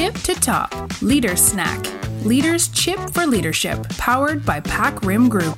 Tip to Top Leader Snack Leaders Chip for Leadership Powered by Pac Rim Group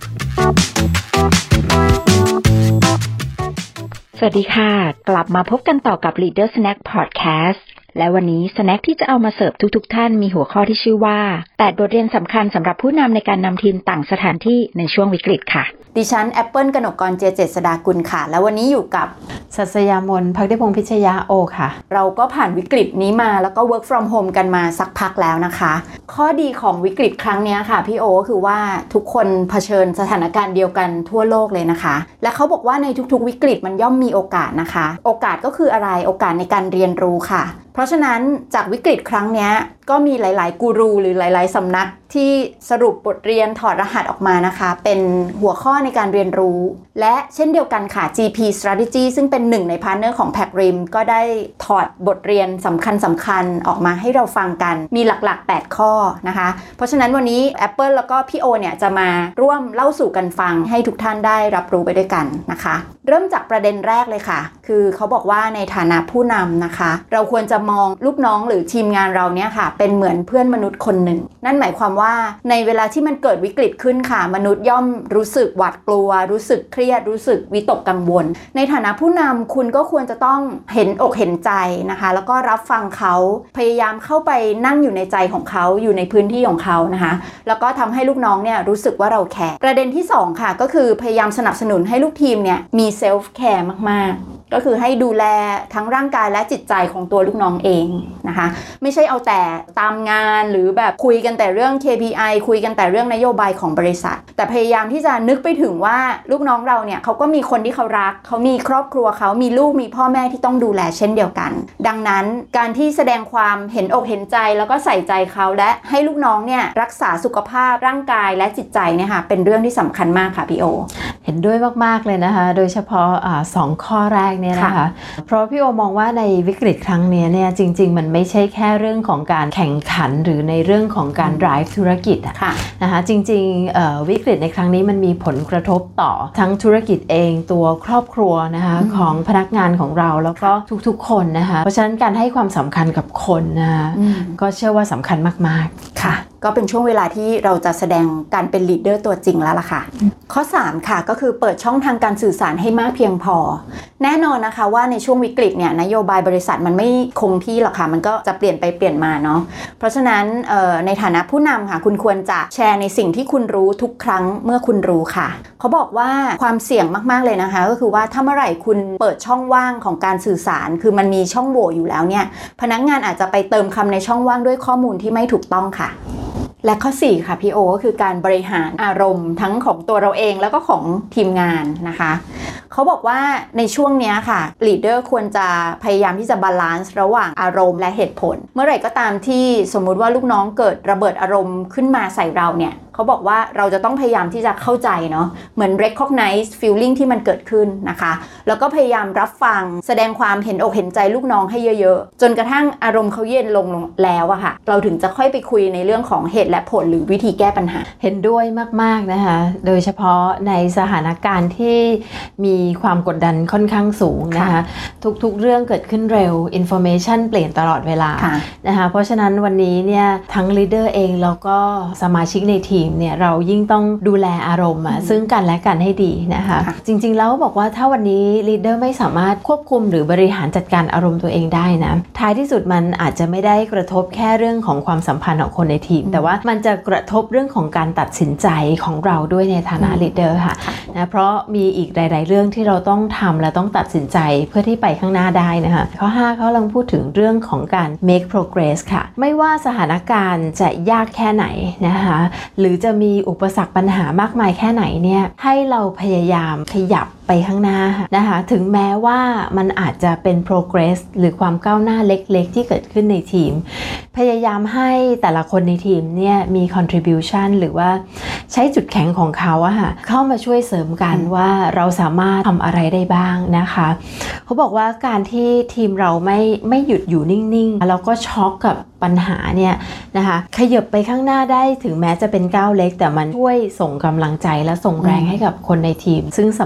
สวัสดีค่ะกลับมาพบกันต่อกับ Leader Snack Podcast และวันนี้สแน็คที่จะเอามาเสิร์ฟทุกท่านมีหัวข้อที่ชื่อว่า8บทเรียนสำคัญสำหรับผู้นำในการนำทีมต่างสถานที่ในช่วงวิกฤตค่ะดิฉันแอปเปิลกนกกร เจษฎากุลค่ะแล้ววันนี้อยู่กับศัสยามนภักดิพงษ์พิชยาโอค่ะเราก็ผ่านวิกฤตนี้มาแล้วก็ work from home กันมาสักพักแล้วนะคะข้อดีของวิกฤตครั้งนี้ค่ะพี่โอก็คือว่าทุกคนเผชิญสถานการณ์เดียวกันทั่วโลกเลยนะคะและเขาบอกว่าในทุกๆวิกฤตมันย่อมมีโอกาสนะคะโอกาสก็คืออะไรโอกาสในการเรียนรู้ค่ะเพราะฉะนั้นจากวิกฤตครั้งนี้ก็มีหลายๆกูรูหรือหลายๆสำนักที่สรุปบทเรียนถอดรหัสออกมานะคะเป็นหัวข้อในการเรียนรู้และเช่นเดียวกันค่ะ GP Strategy ซึ่งเป็นหนึ่งในพาร์ทเนอร์ของ Pac Rim ก็ได้ถอดบทเรียนสำคัญออกมาให้เราฟังกันมีหลักๆ8ข้อนะคะเพราะฉะนั้นวันนี้ Apple แล้วก็พี่โอเนี่ยจะมาร่วมเล่าสู่กันฟังให้ทุกท่านได้รับรู้ไปด้วยกันนะคะเริ่มจากประเด็นแรกเลยค่ะคือเขาบอกว่าในฐานะผู้นำนะคะเราควรจะมองลูกน้องหรือทีมงานเราเนี่ยค่ะเป็นเหมือนเพื่อนมนุษย์คนหนึ่งนั่นหมายความว่าในเวลาที่มันเกิดวิกฤตขึ้นค่ะมนุษย์ย่อมรู้สึกหวาดกลัวรู้สึกเครียดรู้สึกวิตกกังวลในฐานะผู้นำคุณก็ควรจะต้องเห็นอกเห็นใจนะคะแล้วก็รับฟังเขาพยายามเข้าไปนั่งอยู่ในใจของเขาอยู่ในพื้นที่ของเขานะคะแล้วก็ทำให้ลูกน้องเนี่ยรู้สึกว่าเราแคร์ประเด็นที่2ค่ะก็คือพยายามสนับสนุนให้ลูกทีมเนี่ยมีเซลฟ์แคร์มากๆก็คือให้ดูแลทั้งร่างกายและจิตใจของตัวลูกน้องเองนะคะไม่ใช่เอาแต่ตามงานหรือแบบคุยกันแต่เรื่อง KPI คุยกันแต่เรื่องนโยบายของบริษัทแต่พยายามที่จะนึกไปถึงว่าลูกน้องเราเนี่ยเขาก็มีคนที่เขารักเขามีครอบครัวเขามีลูกมีพ่อแม่ที่ต้องดูแลเช่นเดียวกันดังนั้นการที่แสดงความเห็นอกเห็นใจแล้วก็ใส่ใจเขาและให้ลูกน้องเนี่ยรักษาสุขภาพร่างกายและจิตใจเนี่ยค่ะเป็นเรื่องที่สำคัญมากค่ะพี่โอเห็นด้วยมากๆเลยนะคะโดยเฉพาะ2ข้อแรกเนี่ยนะคะเพราะพี่โอมองว่าในวิกฤตครั้งนี้เนี่ยจริงๆมันไม่ใช่แค่เรื่องของการแข่งขันหรือในเรื่องของการ drive ธุรกิจนะคะจริงๆวิกฤตในครั้งนี้มันมีผลกระทบต่อทั้งธุรกิจเองตัวครอบครัวนะคะของพนักงานของเราแล้วก็ทุกๆคนนะคะเพราะฉะนั้นการให้ความสำคัญกับคนนะคะก็เชื่อว่าสำคัญมากๆค่ะก็เป็นช่วงเวลาที่เราจะแสดงการเป็นลีดเดอร์ตัวจริงแล้วล่ะค่ะข้อ3ค่ะก็คือเปิดช่องทางการสื่อสารให้มากเพียงพอแน่นอนนะคะว่าในช่วงวิกฤตเนี่ยนโยบายบริษัทมันไม่คงที่หรอกค่ะมันก็จะเปลี่ยนไปเปลี่ยนมาเนาะเพราะฉะนั้นในฐานะผู้นำค่ะคุณควรจะแชร์ในสิ่งที่คุณรู้ทุกครั้งเมื่อคุณรู้ค่ะเขาบอกว่าความเสี่ยงมากๆเลยนะคะก็คือว่าถ้าเมื่อไหร่คุณเปิดช่องว่างของการสื่อสารคือมันมีช่องโหว่อยู่แล้วเนี่ยพนักงานอาจจะไปเติมคำในช่องว่างด้วยข้อมูลที่ไม่ถูกต้องค่ะและข้อ4ค่ะพี่โอก็คือการบริหารอารมณ์ทั้งของตัวเราเองแล้วก็ของทีมงานนะคะเขาบอกว่าในช่วงนี้ค่ะลีดเดอร์ควรจะพยายามที่จะบาลานซ์ระหว่างอารมณ์และเหตุผลเมื่อไหร่ก็ตามที่สมมุติว่าลูกน้องเกิดระเบิดอารมณ์ขึ้นมาใส่เราเนี่ยเขาบอกว่าเราจะต้องพยายามที่จะเข้าใจเนาะเหมือน recognize feeling ที่มันเกิดขึ้นนะคะแล้วก็พยายามรับฟังแสดงความเห็นอกเห็นใจลูกน้องให้เยอะๆจนกระทั่งอารมณ์เขาเย็นลงแล้วอะค่ะเราถึงจะค่อยไปคุยในเรื่องของเหตุและผลหรือวิธีแก้ปัญหาเห็นด้วยมากๆนะคะโดยเฉพาะในสถานการณ์ที่มีความกดดันค่อนข้างสูงนะคะทุกๆเรื่องเกิดขึ้นเร็ว information เปลี่ยนตลอดเวลานะคะเพราะฉะนั้นวันนี้เนี่ยทั้ง leader เองแล้วก็สมาชิกในทีมเนี่ยเรายิ่งต้องดูแลอารมณ์ซึ่งกันและกันให้ดีนะคะจริงๆแล้วบอกว่าถ้าวันนี้ leader ไม่สามารถควบคุมหรือบริหารจัดการอารมณ์ตัวเองได้นะท้ายที่สุดมันอาจจะไม่ได้กระทบแค่เรื่องของความสัมพันธ์ของคนในทีมแต่ว่ามันจะกระทบเรื่องของการตัดสินใจของเราด้วยในฐานะ leader ค่ะนะเพราะมีอีกหลายๆเรื่องที่เราต้องทำและต้องตัดสินใจเพื่อที่ไปข้างหน้าได้นะคะข้อ5เขากำลังพูดถึงเรื่องของการ make progress ค่ะไม่ว่าสถานการณ์จะยากแค่ไหนนะคะหรือจะมีอุปสรรคปัญหามากมายแค่ไหนเนี่ยให้เราพยายามขยับไปข้างหน้านะคะถึงแม้ว่ามันอาจจะเป็น progress หรือความก้าวหน้าเล็กๆที่เกิดขึ้นในทีมพยายามให้แต่ละคนในทีมเนี่ยมี contribution หรือว่าใช้จุดแข็งของเขาอะค่ะเข้ามาช่วยเสริมกันว่าเราสามารถทำอะไรได้บ้างนะคะเขาบอกว่าการที่ทีมเราไม่หยุดอยู่นิ่งๆแล้วก็ช็อกกับปัญหาเนี่ยนะคะขยับไปข้างหน้าได้ถึงแม้จะเป็นก้าวเล็กแต่มันช่วยส่งกำลังใจและส่งแรงให้กับคนในทีมซึ่งสำคัญมาก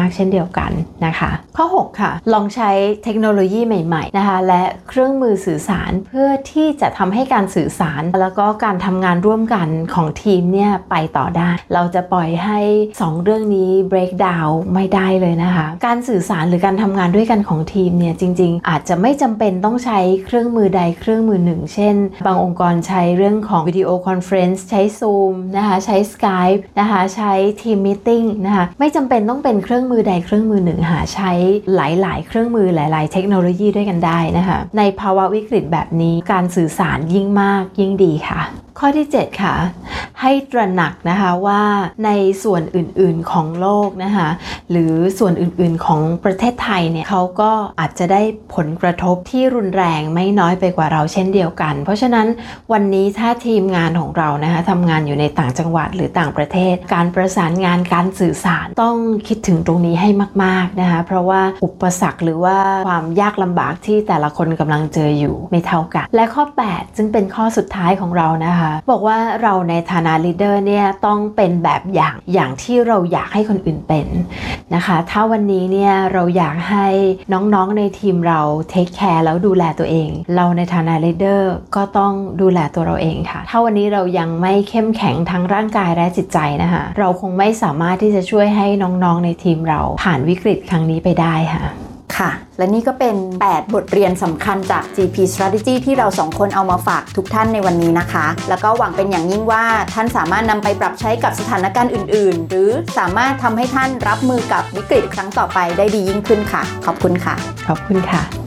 ากๆเช่นเดียวกันนะคะข้อ6ค่ะลองใช้เทคโนโลยีใหม่ๆนะคะและเครื่องมือสื่อสารเพื่อที่จะทำให้การสื่อสารแล้วก็การทำงานร่วมกันของทีมเนี่ยไปต่อได้เราจะปล่อยให้2เรื่องนี้ break down ไม่ได้เลยนะคะการสื่อสารหรือการทำงานด้วยกันของทีมเนี่ยจริงๆอาจจะไม่จำเป็นต้องใช้เครื่องมือใดเครื่องมือหนึ่งเช่นบางองค์กรใช้เรื่องของวิดีโอคอนเฟรนซ์ใช้ Zoom นะคะใช้ Skype นะคะใช้ Team Meeting นะคะไม่จำเป็นต้องเป็นเครื่องมือใดเครื่องมือหนึ่งใช้หลายๆเครื่องมือหลายๆเทคโนโลยีด้วยกันได้นะคะในภาวะวิกฤตแบบนี้การสื่อสารยิ่งมากยิ่งดีค่ะข้อที่7ค่ะให้ตระหนักนะคะว่าในส่วนอื่นๆของโลกนะคะหรือส่วนอื่นๆของประเทศไทยเนี่ยเขาก็อาจจะได้ผลกระทบที่รุนแรงไม่น้อยไปกว่าเราเช่นเดียวกันเพราะฉะนั้นวันนี้ถ้าทีมงานของเรานะคะทำงานอยู่ในต่างจังหวัดหรือต่างประเทศการประสานงานการสื่อสารต้องคิดถึงตรงนี้ให้มากๆนะคะเพราะว่าอุปสรรคหรือว่าความยากลำบากที่แต่ละคนกำลังเจออยู่ไม่เท่ากันและข้อ8ซึ่งเป็นข้อสุดท้ายของเรานะคะบอกว่าเราในฐานะลีดเดอร์เนี่ยต้องเป็นแบบอย่างที่เราอยากให้คนอื่นเป็นนะคะถ้าวันนี้เนี่ยเราอยากให้น้องๆในทีมเราเทคแคร์แล้วดูแลตัวเองเราในฐานะลีดเดอร์ก็ต้องดูแลตัวเราเองค่ะถ้าวันนี้เรายังไม่เข้มแข็งทั้งร่างกายและจิตใจนะคะเราคงไม่สามารถที่จะช่วยให้น้องๆในทีมเราผ่านวิกฤตครั้งนี้ไปได้ค่ะและนี่ก็เป็น8บทเรียนสำคัญจาก GP Strategy ที่เรา2คนเอามาฝากทุกท่านในวันนี้นะคะแล้วก็หวังเป็นอย่างยิ่งว่าท่านสามารถนำไปปรับใช้กับสถานการณ์อื่นๆหรือสามารถทำให้ท่านรับมือกับวิกฤตครั้งต่อไปได้ดียิ่งขึ้นค่ะขอบคุณค่ะขอบคุณค่ะ